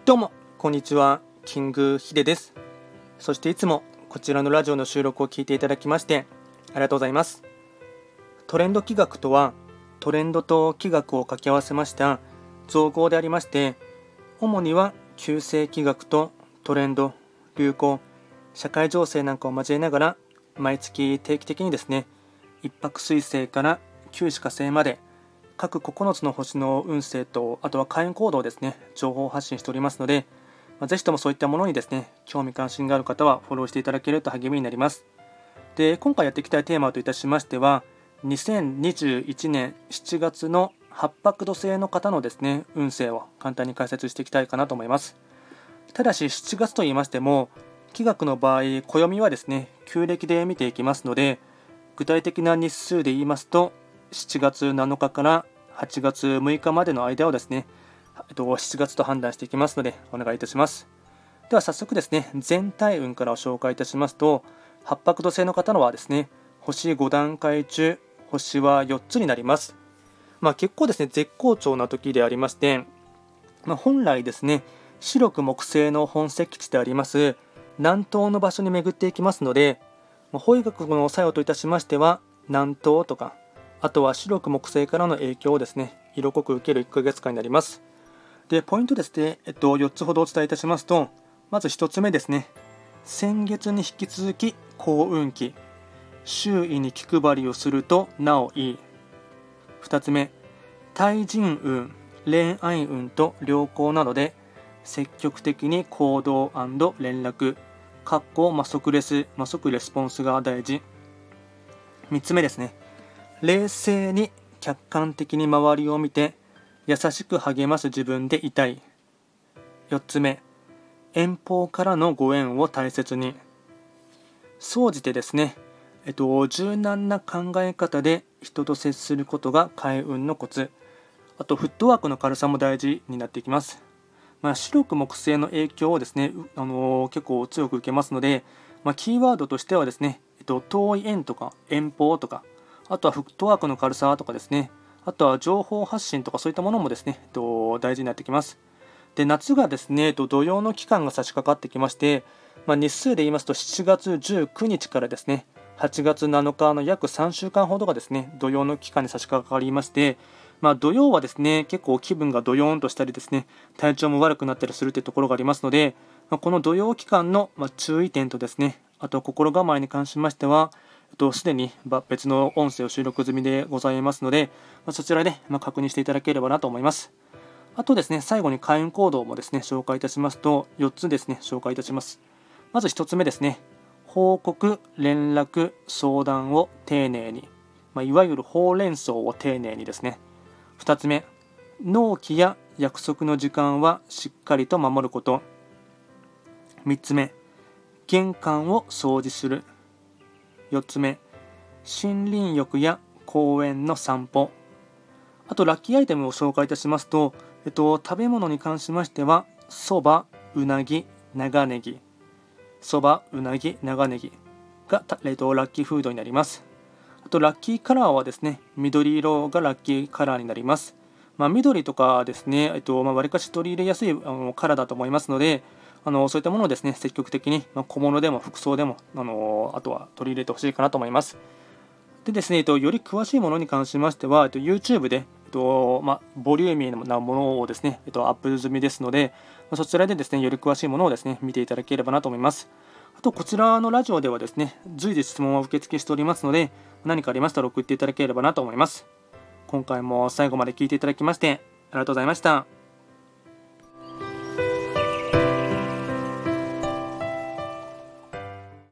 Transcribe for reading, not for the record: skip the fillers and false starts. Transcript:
どうもこんにちは、キングヒデです。そしていつもこちらのラジオの収録を聞いていただきましてありがとうございます。トレンド企画とは、トレンドと企画を掛け合わせました造語でありまして、主には旧世企画とトレンド、流行、社会情勢なんかを交えながら、毎月定期的にですね、一泊水星から九死火星まで各9つの星の運勢と、あとは開運行動をですね、情報発信しておりますので、ぜひともそういったものにですね、興味関心がある方はフォローしていただけると励みになります。で、今回やっていきたいテーマといたしましては、2021年7月の八白土星の方のですね、運勢を簡単に解説していきたいかなと思います。ただし7月と言いましても、気学の場合、暦はですね、旧暦で見ていきますので、具体的な日数で言いますと、7月7日から8月6日までの間をですね、7月と判断していきますのでお願いいたします。では早速ですね、全体運から紹介いたしますと、八白土星の方のはですね、星5段階中星は4つになります。結構ですね、絶好調な時でありまして、本来ですね、白く木星の本石地であります南東の場所に巡っていきますので、法医学の作用といたしましては、南東とか、あとは白く木星からの影響をですね、色濃く受ける1ヶ月間になります。で、ポイントですね、4つほどお伝えいたしますと、まず1つ目ですね、先月に引き続き幸運期、周囲に気配りをするとなおいい。2つ目、対人運、恋愛運と良好などで、積極的に行動&連絡、即レスポンスが大事。3つ目ですね、冷静に客観的に周りを見て優しく励ます自分でいたい。4つ目、遠方からのご縁を大切に。総じてですね、柔軟な考え方で人と接することが開運のコツ。あとフットワークの軽さも大事になっていきます。白く木星の影響をですね、結構強く受けますので、キーワードとしてはですね、遠い縁とか遠方とか、あとはフットワークの軽さとかですね、あとは情報発信とかそういったものもですね、大事になってきます。で、夏がですね、土曜の期間が差し掛かってきまして、日数で言いますと7月19日からですね、8月7日の約3週間ほどがですね、土曜の期間に差し掛かりまして、土曜はですね、結構気分がドヨーンとしたりですね、体調も悪くなったりするというところがありますので、この土曜期間の注意点とですね、あと心構えに関しましては、すでに別の音声を収録済みでございますので、そちらで確認していただければなと思います。あとですね、最後に開運行動もですね、紹介いたしますと、4つですね、紹介いたします。まず1つ目ですね、報告、連絡、相談を丁寧に。いわゆるほうれん草を丁寧にですね。2つ目、納期や約束の時間はしっかりと守ること。3つ目、玄関を掃除する。4つ目、森林浴や公園の散歩。あとラッキーアイテムを紹介いたしますと、食べ物に関しましては、そば、うなぎ、長ネギ。そば、うなぎ、長ネギが、ラッキーフードになります。あとラッキーカラーはですね、緑色がラッキーカラーになります。緑とかですね、わりかし取り入れやすいカラーだと思いますので、そういったものをですね、積極的に、小物でも服装でも、あとは取り入れてほしいかなと思います。でですね、より詳しいものに関しましては、YouTube で、ボリューミーなものをですね、アップ済みですので、そちらでですね、より詳しいものをですね、見ていただければなと思います。あと、こちらのラジオではですね、随時質問を受付しておりますので、何かありましたら送っていただければなと思います。今回も最後まで聞いていただきまして、ありがとうございました。